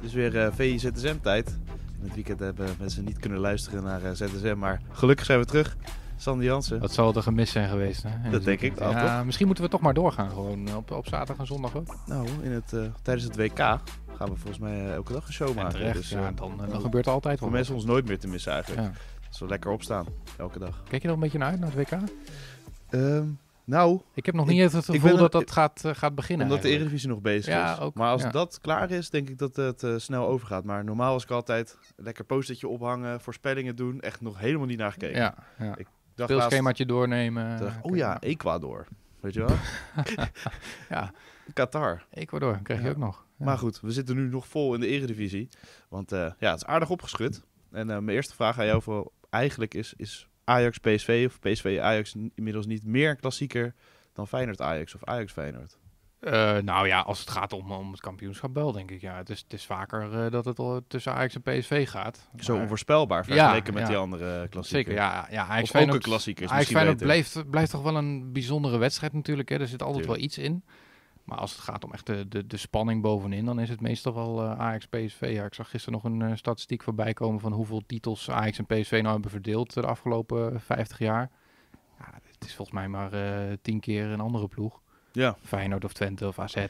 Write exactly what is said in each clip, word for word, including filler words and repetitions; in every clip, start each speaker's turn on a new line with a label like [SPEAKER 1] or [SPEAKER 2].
[SPEAKER 1] Het is weer uh, V I Z S M-tijd. In het weekend hebben mensen niet kunnen luisteren naar uh, Z S M, maar gelukkig zijn we terug. Sander Jansen.
[SPEAKER 2] Dat zal het een gemis zijn geweest. Hè?
[SPEAKER 1] Dat denk ik.
[SPEAKER 2] Ja,
[SPEAKER 1] ja,
[SPEAKER 2] misschien moeten we toch maar doorgaan. Gewoon op, op zaterdag en zondag ook.
[SPEAKER 1] Nou, in het, uh, tijdens het W K gaan we volgens mij uh, elke dag een show maken.
[SPEAKER 2] Terecht,
[SPEAKER 1] dus,
[SPEAKER 2] ja,
[SPEAKER 1] uh,
[SPEAKER 2] dan, dan gebeurt er altijd
[SPEAKER 1] voor
[SPEAKER 2] wel.
[SPEAKER 1] mensen ons nooit meer te missen eigenlijk.
[SPEAKER 2] Ja.
[SPEAKER 1] Zo lekker opstaan, elke dag.
[SPEAKER 2] Kijk je er een beetje naar uit, naar het W K?
[SPEAKER 1] Um, nou...
[SPEAKER 2] Ik heb nog niet
[SPEAKER 1] ik,
[SPEAKER 2] het gevoel dat dat
[SPEAKER 1] ik,
[SPEAKER 2] gaat, uh, gaat beginnen.
[SPEAKER 1] Omdat
[SPEAKER 2] eigenlijk.
[SPEAKER 1] de Eredivisie nog bezig
[SPEAKER 2] ja,
[SPEAKER 1] is.
[SPEAKER 2] Ook,
[SPEAKER 1] maar als
[SPEAKER 2] ja.
[SPEAKER 1] dat klaar is, denk ik dat het uh, snel overgaat. Maar normaal was ik altijd lekker postertje ophangen, voorspellingen doen. Echt nog helemaal niet naar gekeken.
[SPEAKER 2] Ja, ja.
[SPEAKER 1] Ik
[SPEAKER 2] Speelschemaatje doornemen.
[SPEAKER 1] Dacht, oh ja, Ecuador. Weet je wel?
[SPEAKER 2] ja.
[SPEAKER 1] Qatar.
[SPEAKER 2] Ecuador krijg je ja. ook nog.
[SPEAKER 1] Ja. Maar goed, we zitten nu nog vol in de Eredivisie. Want uh, ja, het is aardig opgeschud. En uh, mijn eerste vraag aan jou voor eigenlijk is... is Ajax P S V of P S V Ajax inmiddels niet meer klassieker dan Feyenoord Ajax of Ajax Feyenoord?
[SPEAKER 2] Uh, nou ja, als het gaat om, om het kampioenschap wel, denk ik. Ja, het is, het is vaker uh, dat het al tussen Ajax en P S V gaat.
[SPEAKER 1] Zo
[SPEAKER 2] maar...
[SPEAKER 1] onvoorspelbaar vergeleken
[SPEAKER 2] ja,
[SPEAKER 1] met
[SPEAKER 2] ja.
[SPEAKER 1] die andere klassieker.
[SPEAKER 2] Zeker, ja. ja Ajax
[SPEAKER 1] of
[SPEAKER 2] Feyenoord,
[SPEAKER 1] ook een klassieker is
[SPEAKER 2] Ajax
[SPEAKER 1] misschien
[SPEAKER 2] Feyenoord blijft, blijft toch wel een bijzondere wedstrijd natuurlijk. Hè. Er zit altijd Tuurlijk. wel iets in. Maar als het gaat om echt de, de, de spanning bovenin, dan is het meestal wel uh, Ajax P S V. Ja, ik zag gisteren nog een uh, statistiek voorbij komen van hoeveel titels Ajax en P S V nou hebben verdeeld de afgelopen vijftig jaar. Ja, het is volgens mij maar uh, tien keer een andere ploeg.
[SPEAKER 1] Ja.
[SPEAKER 2] Feyenoord of Twente of A Z. Uh,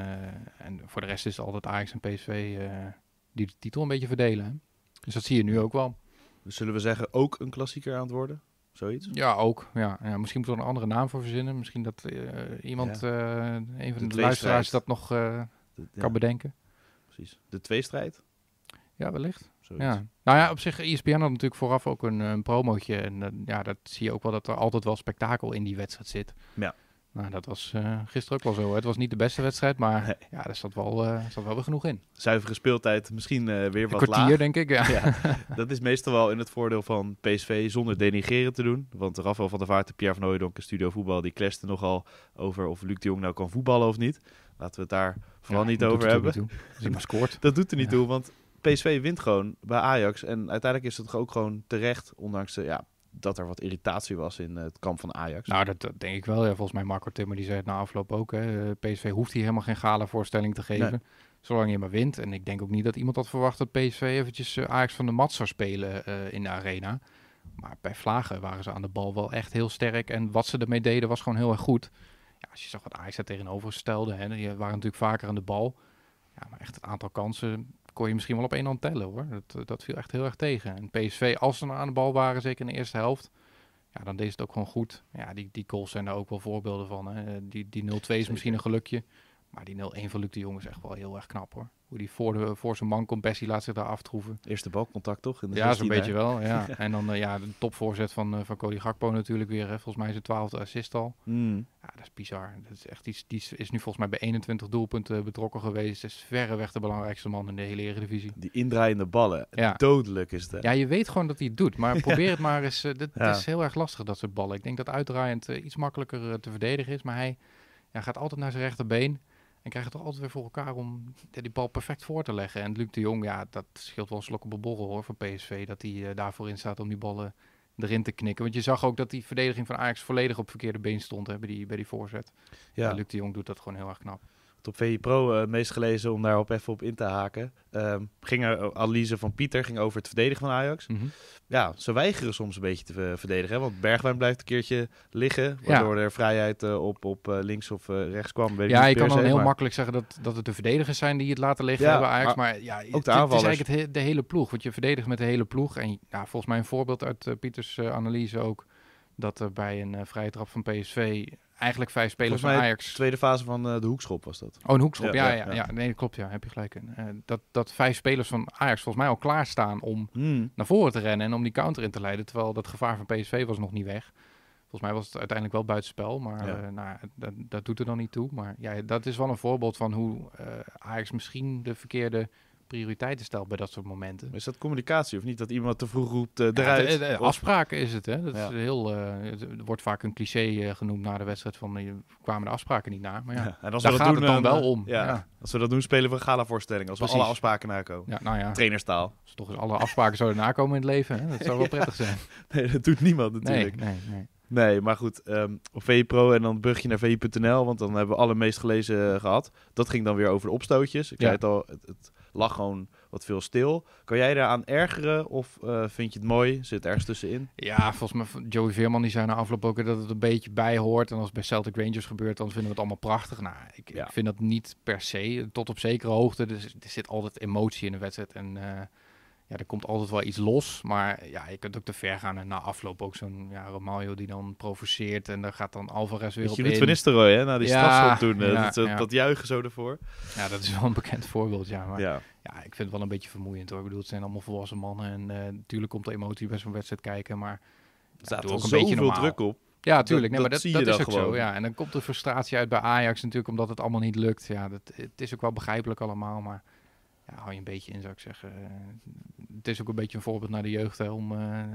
[SPEAKER 2] en voor de rest is het altijd Ajax en P S V uh, die de titel een beetje verdelen. Hè? Dus dat zie je nu ook wel.
[SPEAKER 1] Dus zullen we zeggen ook een klassieker aan het worden? Zoiets?
[SPEAKER 2] Ja, ook. Ja, ja, misschien moeten we er een andere naam voor verzinnen. Misschien dat uh, iemand, ja. uh, een van de, de luisteraars dat nog uh, de, ja. kan bedenken.
[SPEAKER 1] Precies. De tweestrijd?
[SPEAKER 2] Ja, wellicht. Ja. Nou ja, op zich, E S P N had natuurlijk vooraf ook een, een promootje. En uh, ja, dat zie je ook wel dat er altijd wel spektakel in die wedstrijd zit.
[SPEAKER 1] Ja.
[SPEAKER 2] Nou, dat was uh, gisteren ook wel zo. Hè. Het was niet de beste wedstrijd, maar nee. ja, er zat wel, uh, zat wel weer genoeg in.
[SPEAKER 1] Zuivere speeltijd, misschien uh, weer wat
[SPEAKER 2] laag. Een kwartier,
[SPEAKER 1] laag.
[SPEAKER 2] denk ik, ja.
[SPEAKER 1] ja. Dat is meestal wel in het voordeel van P S V zonder denigreren te doen. Want Rafael van der Vaart en Pierre van Hooijdonk in Studio Voetbal, die clashten nogal over of Luc de Jong nou kan voetballen of niet. Laten we het daar vooral ja, niet over hebben.
[SPEAKER 2] Niet Als hij maar scoort.
[SPEAKER 1] Dat doet er niet
[SPEAKER 2] ja.
[SPEAKER 1] toe, want P S V wint gewoon bij Ajax. En uiteindelijk is het ook gewoon terecht, ondanks de... Ja, dat er wat irritatie was in het kamp van Ajax.
[SPEAKER 2] Nou, dat, dat denk ik wel. Ja, volgens mij Marco Timmer die zei het na afloop ook. Hè. P S V hoeft hier helemaal geen gala-voorstelling te geven. Nee. Zolang je maar wint. En ik denk ook niet dat iemand had verwacht dat P S V eventjes uh, Ajax van de mat zou spelen uh, in de arena. Maar bij Vlagen waren ze aan de bal wel echt heel sterk. En wat ze ermee deden was gewoon heel erg goed. Ja, als je zag wat Ajax daar tegenover stelde. Hè, die waren natuurlijk vaker aan de bal. Ja, maar echt het aantal kansen kon je misschien wel op één hand tellen, hoor. Dat, dat viel echt heel erg tegen. En P S V, als ze nou aan de bal waren, zeker in de eerste helft, ja, dan deed ze het ook gewoon goed. Ja, die, die goals zijn daar ook wel voorbeelden van. Hè. Die, die nul twee is misschien een gelukje. Maar die nul één van Luc de Jong is echt wel heel erg knap, hoor. Hoe die voor, de, voor zijn man komt, Bessie laat zich daar aftroeven.
[SPEAKER 1] Eerste balcontact, toch? In de
[SPEAKER 2] ja, zo'n beetje wel, ja. En dan uh, ja, de topvoorzet van, uh, van Cody Gakpo natuurlijk weer. Hè. Volgens mij is het twaalfde assist al.
[SPEAKER 1] Mm.
[SPEAKER 2] Ja, dat is bizar. Dat is echt, die, die is nu volgens mij bij eenentwintig doelpunten betrokken geweest. Dat is verreweg de belangrijkste man in de hele Eredivisie.
[SPEAKER 1] Die indraaiende ballen,
[SPEAKER 2] ja.
[SPEAKER 1] dodelijk is het. Hè?
[SPEAKER 2] Ja, je weet gewoon dat hij het doet. Maar probeer
[SPEAKER 1] ja.
[SPEAKER 2] het maar eens. Uh, dit,
[SPEAKER 1] ja.
[SPEAKER 2] Het is heel erg lastig, dat soort ballen. Ik denk dat uitdraaiend uh, iets makkelijker uh, te verdedigen is. Maar hij ja, gaat altijd naar zijn rechterbeen. En krijgt het toch altijd weer voor elkaar om ja, die bal perfect voor te leggen. En Luc de Jong, ja, dat scheelt wel een slok op een borrel, hoor, voor P S V. Dat hij uh, daarvoor in staat om die ballen erin te knikken. Want je zag ook dat die verdediging van Ajax volledig op verkeerde been stond, hè, bij, die, bij die voorzet. Ja. Ja, Luc de Jong doet dat gewoon heel erg knap.
[SPEAKER 1] Op V I Pro uh, meest gelezen, om daarop even op in te haken. Um, ging er, analyse van Pieter ging over het verdedigen van Ajax.
[SPEAKER 2] Mm-hmm.
[SPEAKER 1] Ja, ze weigeren soms een beetje te uh, verdedigen. Hè? Want Bergwijn blijft een keertje liggen. Waardoor ja. er vrijheid uh, op, op uh, links of uh, rechts kwam. Weet
[SPEAKER 2] ja,
[SPEAKER 1] je
[SPEAKER 2] je kan dan
[SPEAKER 1] se,
[SPEAKER 2] heel
[SPEAKER 1] maar...
[SPEAKER 2] makkelijk zeggen dat, dat het de verdedigers zijn die het laten liggen ja, hebben Ajax. Maar, maar ja,
[SPEAKER 1] ook de
[SPEAKER 2] het,
[SPEAKER 1] aanvallers.
[SPEAKER 2] het is eigenlijk het he- de hele ploeg. Want je verdedigt met de hele ploeg. En ja, volgens mij een voorbeeld uit uh, Pieters uh, analyse ook. Dat er bij een uh, vrije trap van P S V... eigenlijk vijf spelers van Ajax...
[SPEAKER 1] de tweede fase van uh, de hoekschop was dat.
[SPEAKER 2] Oh, een hoekschop, ja, ja, ja,
[SPEAKER 1] ja, ja.
[SPEAKER 2] ja. Nee, dat klopt, ja, heb je gelijk in. Uh, dat, dat vijf spelers van Ajax volgens mij al klaarstaan om
[SPEAKER 1] hmm.
[SPEAKER 2] naar voren te rennen en om die counter in te leiden, terwijl dat gevaar van P S V was nog niet weg. Volgens mij was het uiteindelijk wel buitenspel, maar ja. uh, nou, dat, dat doet er dan niet toe. Maar ja, dat is wel een voorbeeld van hoe uh, Ajax misschien de verkeerde prioriteiten stelt bij dat soort momenten.
[SPEAKER 1] Is dat communicatie of niet? Dat iemand te vroeg roept uh, eruit?
[SPEAKER 2] Ja, de, de, de afspraken is het, hè. Dat
[SPEAKER 1] ja.
[SPEAKER 2] is heel, uh, het wordt vaak een cliché uh, genoemd na de wedstrijd van uh, kwamen de afspraken niet na. Maar ja, ja en als daar we dat gaat doen, het dan uh, wel om.
[SPEAKER 1] Ja. Ja. Als we dat doen, spelen we een gala-voorstelling. Als Precies. we alle afspraken nakomen.
[SPEAKER 2] Ja, nou ja.
[SPEAKER 1] Trainerstaal.
[SPEAKER 2] Als toch eens alle afspraken zouden nakomen in het leven, hè? Dat zou wel
[SPEAKER 1] ja.
[SPEAKER 2] prettig zijn.
[SPEAKER 1] Nee, dat doet niemand natuurlijk.
[SPEAKER 2] Nee, nee, nee.
[SPEAKER 1] Nee, maar goed, um, op V I Pro en dan brug je naar V I punt N L, want dan hebben we alle meest gelezen uh, gehad. Dat ging dan weer over de opstootjes. Ik ja. zei het al, het, het lag gewoon wat veel stil. Kan jij daaraan ergeren of uh, vind je het mooi? Zit ergens tussenin?
[SPEAKER 2] Ja, volgens mij, Joey Veerman die zei na afloop ook dat het een beetje bij hoort. En als het bij Celtic Rangers gebeurt, dan vinden we het allemaal prachtig. Nou, ik, ja. ik vind dat niet per se. Tot op zekere hoogte. Dus er zit altijd emotie in de wedstrijd. En uh, ja, er komt altijd wel iets los. Maar ja, je kunt ook te ver gaan. En na afloop ook zo'n ja, Romario die dan provoceert. En daar gaat dan Alvarez weer op in.
[SPEAKER 1] Je Van Nistelrooy, hè? Na die ja, strafschop toen.
[SPEAKER 2] Ja,
[SPEAKER 1] dat, ja. dat juichen zo ervoor.
[SPEAKER 2] Ja, dat is wel een bekend voorbeeld, ja. Maar
[SPEAKER 1] ja.
[SPEAKER 2] ja, ik vind het wel een beetje vermoeiend, hoor. Ik bedoel, het zijn allemaal volwassen mannen. En uh, natuurlijk komt er emotie bij zo'n wedstrijd kijken. Maar
[SPEAKER 1] er staat
[SPEAKER 2] ja,
[SPEAKER 1] ook een beetje
[SPEAKER 2] normaal.
[SPEAKER 1] druk op.
[SPEAKER 2] Ja, tuurlijk. Nee,
[SPEAKER 1] dat,
[SPEAKER 2] maar dat,
[SPEAKER 1] dat,
[SPEAKER 2] dat is ook
[SPEAKER 1] gewoon.
[SPEAKER 2] zo. Ja. En dan komt de frustratie uit bij Ajax natuurlijk, omdat het allemaal niet lukt. Ja, dat, het is ook wel begrijpelijk allemaal, maar ja, hou je een beetje in, zou ik zeggen. Uh, het is ook een beetje een voorbeeld naar de jeugd, hè, om, uh,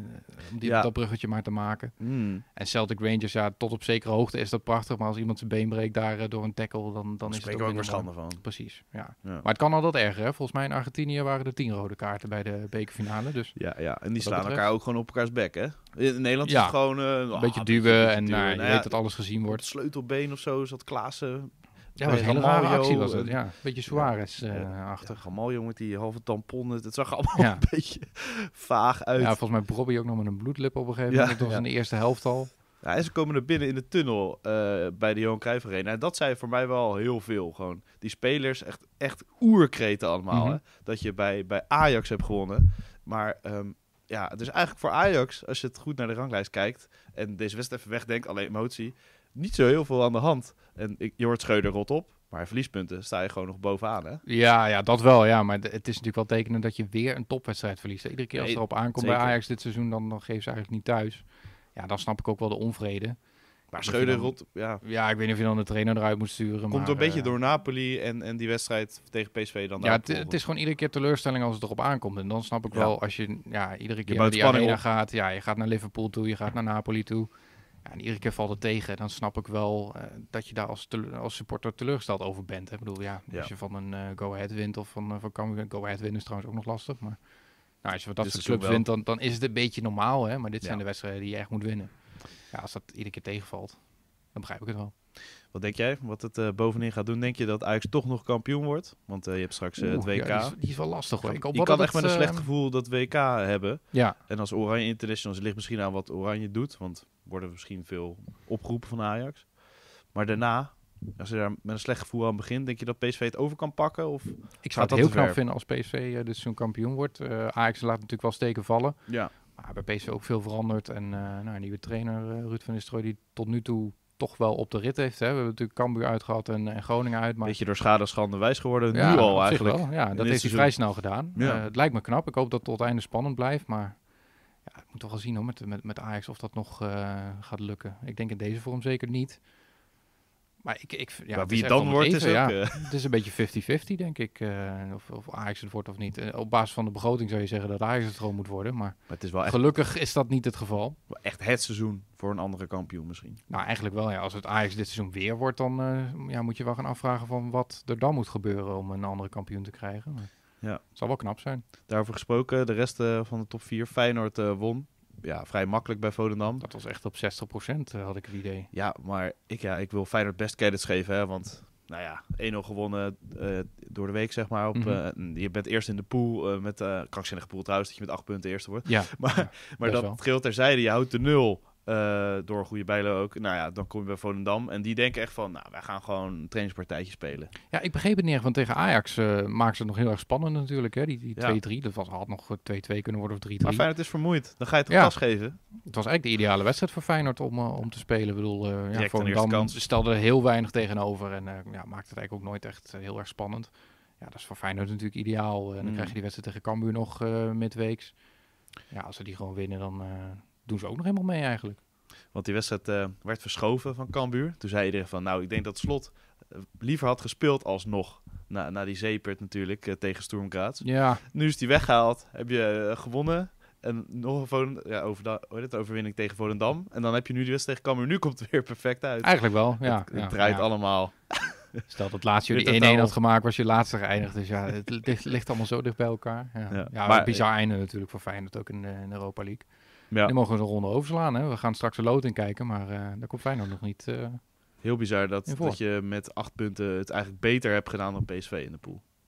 [SPEAKER 2] om die, ja. dat bruggetje maar te maken.
[SPEAKER 1] Mm.
[SPEAKER 2] En Celtic Rangers, ja, tot op zekere hoogte is dat prachtig, maar als iemand zijn been breekt daar uh, door een tackle, dan, dan, dan is het ook,
[SPEAKER 1] ook weer schande van.
[SPEAKER 2] Precies, ja.
[SPEAKER 1] ja.
[SPEAKER 2] Maar het kan altijd erger, hè. Volgens mij in Argentinië waren er tien rode kaarten bij de bekerfinale, dus...
[SPEAKER 1] Ja, ja. En die slaan betreft... elkaar ook gewoon op elkaars bek, hè? In Nederland
[SPEAKER 2] ja.
[SPEAKER 1] is het gewoon... Uh,
[SPEAKER 2] een
[SPEAKER 1] oh,
[SPEAKER 2] beetje duwen en nou, je
[SPEAKER 1] nou,
[SPEAKER 2] weet dat alles gezien wordt.
[SPEAKER 1] Sleutelbeen of zo, zat Klaassen...
[SPEAKER 2] Ja, was een hele rare actie was het. Ja, beetje Suarez-achtig.
[SPEAKER 1] Ja, Gamaljo met die halve tampon. Het zag allemaal ja. een beetje vaag uit.
[SPEAKER 2] Ja, volgens mij Bobby ook nog met een bloedlip op een gegeven moment. Ja, dat was ja. in de eerste helft al.
[SPEAKER 1] Ja, en ze komen er binnen in de tunnel uh, bij de Johan Cruijff Arena. En dat zei voor mij wel heel veel. Gewoon die spelers, echt, echt oerkreten allemaal. Mm-hmm. Hè? Dat je bij, bij Ajax hebt gewonnen. Maar um, ja, dus eigenlijk voor Ajax, als je het goed naar de ranglijst kijkt... en deze wedstrijd even wegdenkt, alleen emotie... niet zo heel veel aan de hand. En ik, je hoort Schreuder rot op, maar verliespunten sta je gewoon nog bovenaan, hè?
[SPEAKER 2] Ja, ja, dat wel, ja. Maar d- het is natuurlijk wel tekenend dat je weer een topwedstrijd verliest. Iedere keer als nee, het erop aankomt zeker. Bij Ajax dit seizoen, dan, dan geven ze eigenlijk niet thuis. Ja, dan snap ik ook wel de onvrede.
[SPEAKER 1] Maar Schreuder rot, ja.
[SPEAKER 2] Ja, ik weet niet of je dan de trainer eruit moet sturen.
[SPEAKER 1] Komt
[SPEAKER 2] maar,
[SPEAKER 1] door een beetje
[SPEAKER 2] uh,
[SPEAKER 1] door Napoli en, en die wedstrijd tegen P S V dan.
[SPEAKER 2] Ja, het, het is gewoon iedere keer teleurstelling als het erop aankomt. En dan snap ik ja. wel, als je ja, iedere keer
[SPEAKER 1] je
[SPEAKER 2] naar die arena op. gaat. Ja, je gaat naar Liverpool toe, je gaat naar Napoli toe. Ja, en iedere keer valt het tegen. Dan snap ik wel uh, dat je daar als, tele- als supporter teleurgesteld over bent. Hè. Ik bedoel, ja, ja. als je van een uh, Go Ahead wint of van, uh, van Cambuur... Go Ahead winnen is trouwens ook nog lastig. Maar nou, als je wat dat soort clubs wint, dan, dan is het een beetje normaal. Hè. Maar dit ja. zijn de wedstrijden die je echt moet winnen. Ja, als dat iedere keer tegenvalt, dan begrijp ik het wel.
[SPEAKER 1] Wat denk jij? Wat het uh, bovenin gaat doen? Denk je dat Ajax toch nog kampioen wordt? Want uh, je hebt straks uh, het W K.
[SPEAKER 2] Ja, die, is, die is wel lastig, hoor. Ik
[SPEAKER 1] je kan echt met een slecht gevoel dat W K hebben.
[SPEAKER 2] Ja.
[SPEAKER 1] En als Oranje Internationals, het ligt misschien aan wat Oranje doet. Want worden misschien veel opgeroepen van Ajax. Maar daarna, als je daar met een slecht gevoel aan begint, denk je dat P S V het over kan pakken? Of
[SPEAKER 2] ik zou het heel knap vinden als P S V uh, dit seizoen kampioen wordt. Uh, Ajax laat natuurlijk wel steken vallen.
[SPEAKER 1] Ja.
[SPEAKER 2] Maar bij P S V ook veel veranderd. En uh, nou, een nieuwe trainer, uh, Ruud van Nistelrooy, die tot nu toe toch wel op de rit heeft. Hè. We hebben natuurlijk Cambuur uitgehad en, en Groningen uit. Maar...
[SPEAKER 1] Beetje door schade schande wijs geworden,
[SPEAKER 2] ja,
[SPEAKER 1] nu al eigenlijk.
[SPEAKER 2] Wel. Ja, dat heeft hij vrij snel gedaan. Ja. Uh, het lijkt me knap. Ik hoop dat het tot het einde spannend blijft. Maar ja, ik moet toch wel zien, hoor, met, met, met Ajax of dat nog uh, gaat lukken. Ik denk in deze vorm zeker niet. Maar, ik, ik, ja,
[SPEAKER 1] maar wie het dan wordt, even, is ook...
[SPEAKER 2] Ja, uh... het is een beetje fifty fifty, denk ik. Uh, of, of Ajax het wordt of niet. Uh, op basis van de begroting zou je zeggen dat Ajax het gewoon moet worden. Maar, maar
[SPEAKER 1] het is wel echt...
[SPEAKER 2] gelukkig is dat niet het geval.
[SPEAKER 1] Echt het seizoen voor een andere kampioen misschien.
[SPEAKER 2] Nou, eigenlijk wel. Ja. Als het Ajax dit seizoen weer wordt, dan uh, ja, moet je wel gaan afvragen van wat er dan moet gebeuren om een andere kampioen te krijgen. Maar
[SPEAKER 1] ja.
[SPEAKER 2] Het zal wel knap zijn.
[SPEAKER 1] Daarover gesproken, de rest uh, van de top vier. Feyenoord uh, won. Ja, vrij makkelijk bij Volendam.
[SPEAKER 2] Dat was echt op zestig procent, uh, had ik het idee.
[SPEAKER 1] Ja, maar ik, ja, ik wil Feyenoord best credits geven, hè, want nou ja, één nul gewonnen uh, door de week, zeg maar. Op, mm-hmm. uh, je bent eerst in de pool uh, met uh, krankzinnige pool trouwens, dat je met acht punten eerste wordt.
[SPEAKER 2] Ja,
[SPEAKER 1] maar
[SPEAKER 2] ja,
[SPEAKER 1] maar dat wel. Geldt terzijde, je houdt de nul uh, door een goede bijlo ook. Nou ja, dan kom je bij Volendam en die denken echt van, nou, wij gaan gewoon een trainingspartijtje spelen.
[SPEAKER 2] Ja, ik begreep het niet echt, want tegen Ajax uh, maken ze het nog heel erg spannend natuurlijk, hè. Die, die
[SPEAKER 1] ja.
[SPEAKER 2] twee drie, dat was, had nog twee twee kunnen worden of drie drie.
[SPEAKER 1] Maar Feyenoord is vermoeid, dan ga je het toch
[SPEAKER 2] ja.
[SPEAKER 1] gas geven.
[SPEAKER 2] Het was eigenlijk de ideale wedstrijd voor Feyenoord om, uh, om te spelen. Ik bedoel, uh, ja, Volendam stelde er heel weinig tegenover en uh, ja, maakte het eigenlijk ook nooit echt uh, heel erg spannend. Ja, dat is voor Feyenoord natuurlijk ideaal. Uh, en dan mm. krijg je die wedstrijd tegen Cambuur nog uh, midweeks. Ja, als ze die gewoon winnen, dan uh, doen ze ook nog helemaal mee eigenlijk.
[SPEAKER 1] Want die wedstrijd uh, werd verschoven van Cambuur. Toen zei iedereen van, nou, ik denk dat Slot uh, liever had gespeeld alsnog. Na, na die zeepert natuurlijk uh, tegen Sturm Graz.
[SPEAKER 2] Ja.
[SPEAKER 1] Nu is die weggehaald. Heb je uh, gewonnen. En nog een Volend- ja, over da- oh, dit, overwinning tegen Volendam. En dan heb je nu die wedstrijd tegen Cambuur. Nu komt het weer perfect uit.
[SPEAKER 2] Eigenlijk wel, ja.
[SPEAKER 1] Het, het
[SPEAKER 2] ja,
[SPEAKER 1] draait
[SPEAKER 2] ja.
[SPEAKER 1] allemaal.
[SPEAKER 2] Stel dat laatste die één één had gemaakt, was je laatste geëindigd. Dus ja, het ligt, ligt allemaal zo dicht bij elkaar. Ja, ja, ja maar, bizar einde natuurlijk voor Feyenoord ook in de, in de Europa League. Ja. Die mogen we een ronde overslaan. Hè. We gaan straks de loting kijken, maar uh, daar komt Feyenoord nog niet uh,
[SPEAKER 1] heel bizar dat, dat je met acht punten het eigenlijk beter hebt gedaan dan P S V in de pool.
[SPEAKER 2] Ja,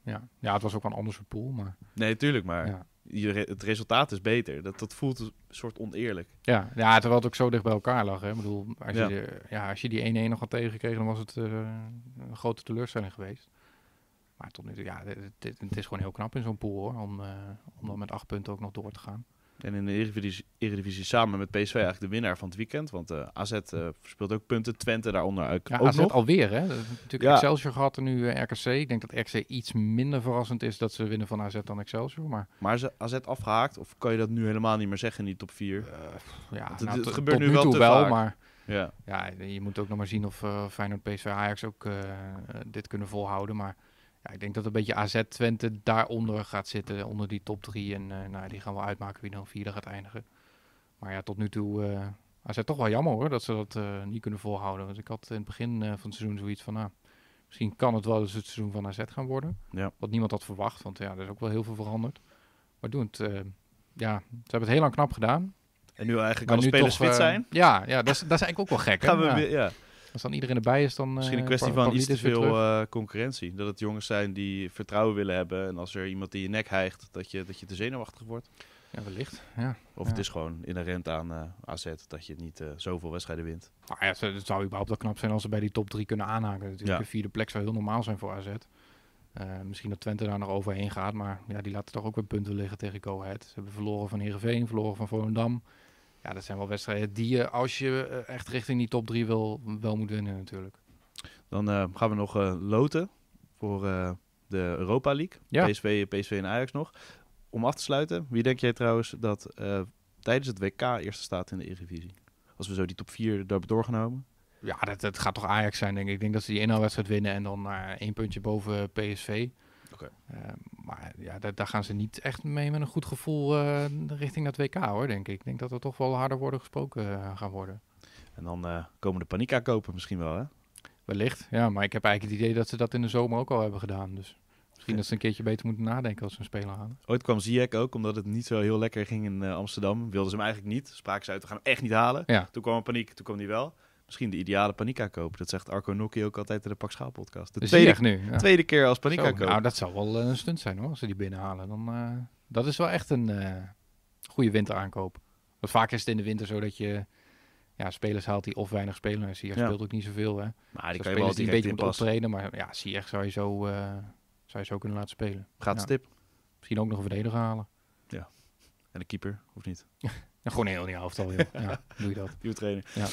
[SPEAKER 2] Ja. ja, het was ook wel een andere pool, maar...
[SPEAKER 1] Nee, tuurlijk, maar
[SPEAKER 2] Ja.
[SPEAKER 1] je re- het resultaat is beter. Dat, dat voelt een soort oneerlijk.
[SPEAKER 2] Ja, ja, terwijl het ook zo dicht bij elkaar lag. Hè. Ik bedoel, als,
[SPEAKER 1] Ja.
[SPEAKER 2] je, de, ja, als je die één-één nog had tegengekregen, dan was het uh, een grote teleurstelling geweest. Maar tot nu toe, ja, het, het, het is gewoon heel knap in zo'n pool, hoor, om, uh, om dan met acht punten ook nog door te gaan.
[SPEAKER 1] En in de Eredivisie, Eredivisie samen met P S V eigenlijk de winnaar van het weekend. Want uh, A Z uh, verspeelt ook punten, Twente daaronder uit.
[SPEAKER 2] Ja,
[SPEAKER 1] ook
[SPEAKER 2] A Z
[SPEAKER 1] nog.
[SPEAKER 2] alweer, hè. Dat is natuurlijk
[SPEAKER 1] Ja.
[SPEAKER 2] Excelsior gehad en nu uh, R K C. Ik denk dat R K C iets minder verrassend is dat ze winnen van A Z dan Excelsior. Maar,
[SPEAKER 1] maar is A Z afgehaakt? Of kan je dat nu helemaal niet meer zeggen in die top vier?
[SPEAKER 2] Uh, ja,
[SPEAKER 1] het,
[SPEAKER 2] nou,
[SPEAKER 1] het
[SPEAKER 2] t-
[SPEAKER 1] gebeurt
[SPEAKER 2] tot
[SPEAKER 1] nu wel
[SPEAKER 2] toe
[SPEAKER 1] te
[SPEAKER 2] wel,
[SPEAKER 1] vaak.
[SPEAKER 2] maar...
[SPEAKER 1] Ja.
[SPEAKER 2] Ja, je moet ook nog maar zien of uh, Feyenoord, P S V, Ajax ook uh, dit kunnen volhouden. Maar ja, ik denk dat een beetje A Z Twente daaronder gaat zitten, onder die top drie. En uh, nou, die gaan wel uitmaken wie dan vierde gaat eindigen. Maar ja, tot nu toe uh, A Z toch wel jammer, hoor, dat ze dat uh, niet kunnen volhouden. Want ik had in het begin uh, van het seizoen zoiets van, nou, misschien kan het wel eens het seizoen van A Z gaan worden.
[SPEAKER 1] Ja.
[SPEAKER 2] Wat niemand had verwacht, want ja, er is ook wel heel veel veranderd. Maar doen het, uh, ja, ze hebben het heel lang knap gedaan.
[SPEAKER 1] En nu eigenlijk
[SPEAKER 2] Maar
[SPEAKER 1] alle
[SPEAKER 2] nu
[SPEAKER 1] spelers
[SPEAKER 2] toch,
[SPEAKER 1] fit
[SPEAKER 2] uh,
[SPEAKER 1] zijn?
[SPEAKER 2] Ja, ja dat, is, dat is eigenlijk ook wel gek.
[SPEAKER 1] Gaan
[SPEAKER 2] hè?
[SPEAKER 1] we
[SPEAKER 2] Ja.
[SPEAKER 1] weer, ja.
[SPEAKER 2] Als dan iedereen erbij is, dan...
[SPEAKER 1] Misschien een
[SPEAKER 2] uh,
[SPEAKER 1] kwestie
[SPEAKER 2] Pa-
[SPEAKER 1] van iets te
[SPEAKER 2] Pavlidis weer
[SPEAKER 1] veel
[SPEAKER 2] terug.
[SPEAKER 1] uh, concurrentie. Dat het jongens zijn die vertrouwen willen hebben. En als er iemand die je nek hijgt, dat je, dat je te zenuwachtig wordt.
[SPEAKER 2] Ja, wellicht. Ja.
[SPEAKER 1] Of
[SPEAKER 2] Ja.
[SPEAKER 1] het is gewoon inherent aan uh, A Z dat je niet uh, zoveel wedstrijden wint.
[SPEAKER 2] Nou ja, het, het zou überhaupt wel knap zijn als ze bij die top drie kunnen aanhaken. Natuurlijk.
[SPEAKER 1] Ja.
[SPEAKER 2] Een vierde plek zou heel normaal zijn voor A Z. Uh, misschien dat Twente daar nog overheen gaat, maar ja, die laten toch ook weer punten liggen tegen Go Ahead. Ze hebben verloren van Heerenveen, verloren van Volendam. Ja, dat zijn wel wedstrijden die je, als je uh, echt richting die top drie wil, wel moet winnen natuurlijk.
[SPEAKER 1] Dan uh, gaan we nog uh, loten voor uh, de Europa League.
[SPEAKER 2] Ja.
[SPEAKER 1] P S V, P S V en Ajax nog. Om af te sluiten, wie denk jij trouwens dat uh, tijdens het W K eerste staat in de Eredivisie? Als we zo die top vier daar hebben doorgenomen.
[SPEAKER 2] Ja, dat, dat gaat toch Ajax zijn, denk ik. Ik denk dat ze die inhaalwedstrijd winnen en dan uh, één puntje boven P S V.
[SPEAKER 1] Okay.
[SPEAKER 2] Uh, maar ja, daar, daar gaan ze niet echt mee met een goed gevoel uh, richting dat W K, hoor, denk ik. Ik denk dat er toch wel harder worden gesproken uh, gaan worden.
[SPEAKER 1] En dan uh, komen de Panika kopen misschien wel, hè?
[SPEAKER 2] Wellicht, ja. Maar ik heb eigenlijk het idee dat ze dat in de zomer ook al hebben gedaan. Dus misschien ja. dat ze een keertje beter moeten nadenken als ze een speler halen.
[SPEAKER 1] Ooit kwam Ziyech ook, omdat het niet zo heel lekker ging in uh, Amsterdam. Wilden ze hem eigenlijk niet. Spraken ze uit, we gaan hem echt niet halen.
[SPEAKER 2] Ja.
[SPEAKER 1] Toen kwam er paniek, toen kwam hij wel. Misschien de ideale Panika kopen. Dat zegt Arco Nokki ook altijd in de Pak Schaal podcast. De
[SPEAKER 2] dus
[SPEAKER 1] tweede,
[SPEAKER 2] nu, ja.
[SPEAKER 1] tweede keer als Panika
[SPEAKER 2] Zo,
[SPEAKER 1] kopen.
[SPEAKER 2] nou, dat zou wel uh, een stunt zijn, hoor, als ze die binnenhalen. Dan, uh, dat is wel echt een uh, goede winteraankoop. Want vaak is het in de winter zo dat je ja, spelers haalt die of weinig spelen. Ziyech ja. speelt ook niet zoveel, hè.
[SPEAKER 1] Maar die
[SPEAKER 2] dus
[SPEAKER 1] kan je wel
[SPEAKER 2] die een
[SPEAKER 1] direct
[SPEAKER 2] beetje moet
[SPEAKER 1] inpassen.
[SPEAKER 2] optreden. Maar ja, Ziyech zou je zo, uh, zou je zo kunnen laten spelen.
[SPEAKER 1] Gaat
[SPEAKER 2] ja.
[SPEAKER 1] stip.
[SPEAKER 2] Misschien ook nog een verdediger halen.
[SPEAKER 1] Ja. En een keeper, of niet?
[SPEAKER 2] Ja, gewoon heel die elftal, joh. Ja, doe je dat.
[SPEAKER 1] Nieuwe trainer.
[SPEAKER 2] Ja.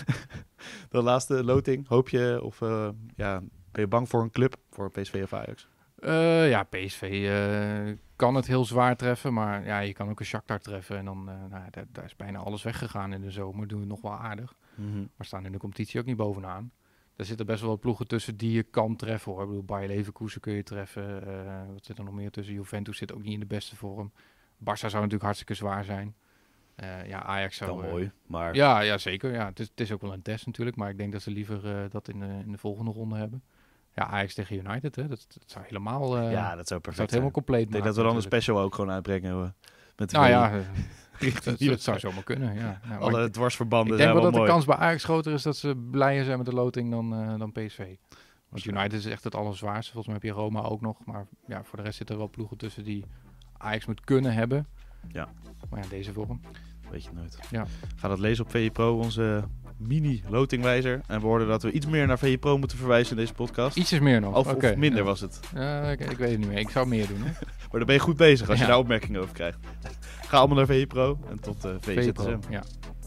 [SPEAKER 1] De laatste loting. Hoop je, of uh, ja, ben je bang voor een club? Voor P S V of Ajax?
[SPEAKER 2] Uh, ja, P S V uh, kan het heel zwaar treffen. Maar ja, je kan ook een Shakhtar treffen. En dan uh, nou, daar, daar is bijna alles weggegaan in de zomer. Doen we het nog wel aardig.
[SPEAKER 1] Mm-hmm.
[SPEAKER 2] Maar staan in de competitie ook niet bovenaan. Er zitten best wel wat ploegen tussen die je kan treffen, hoor. Ik bedoel, Bayer Leverkusen kun je treffen. Uh, wat zit er nog meer tussen? Juventus zit ook niet in de beste vorm. Barça zou natuurlijk hartstikke zwaar zijn. Uh, ja, Ajax zou...
[SPEAKER 1] Kan uh, mooi, maar...
[SPEAKER 2] Ja, ja zeker. Ja, het, is, het is ook wel een test natuurlijk. Maar ik denk dat ze liever uh, dat in de, in de volgende ronde hebben. Ja, Ajax tegen United, hè. Dat, dat zou helemaal... Uh,
[SPEAKER 1] ja, dat zou perfect
[SPEAKER 2] zou het helemaal compleet
[SPEAKER 1] Ik denk
[SPEAKER 2] maken,
[SPEAKER 1] dat we dan
[SPEAKER 2] natuurlijk.
[SPEAKER 1] een special ook gewoon uitbrengen. Hoor. Met
[SPEAKER 2] nou ja, dat, dat zou zomaar kunnen, ja. ja
[SPEAKER 1] Alle
[SPEAKER 2] ik,
[SPEAKER 1] dwarsverbanden
[SPEAKER 2] Ik denk wel dat
[SPEAKER 1] mooi.
[SPEAKER 2] de kans bij Ajax groter is dat ze blijer zijn met de loting dan, uh, dan P S V. Want United is echt het allerzwaarste. Volgens mij heb je Roma ook nog. Maar ja, voor de rest zitten er wel ploegen tussen die Ajax moet kunnen hebben.
[SPEAKER 1] Ja.
[SPEAKER 2] Maar ja, deze vorm.
[SPEAKER 1] Weet je nooit.
[SPEAKER 2] Ja.
[SPEAKER 1] Ga dat lezen op V J Pro, onze mini-lotingwijzer. En we hoorden dat we iets meer naar V J Pro moeten verwijzen in deze podcast.
[SPEAKER 2] Ietsjes meer nog.
[SPEAKER 1] Of,
[SPEAKER 2] okay.
[SPEAKER 1] of minder
[SPEAKER 2] ja.
[SPEAKER 1] was het.
[SPEAKER 2] Uh, ik, ik weet het niet meer. Ik zou meer doen. Hè?
[SPEAKER 1] Maar dan ben je goed bezig als je
[SPEAKER 2] ja.
[SPEAKER 1] daar opmerkingen over krijgt. Ga allemaal naar V J Pro en tot uh, V J Z S M.
[SPEAKER 2] Ja.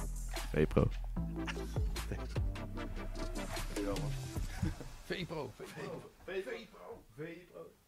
[SPEAKER 1] V J Pro.
[SPEAKER 2] V J Pro. V J Pro.
[SPEAKER 1] V J Pro. V J Pro.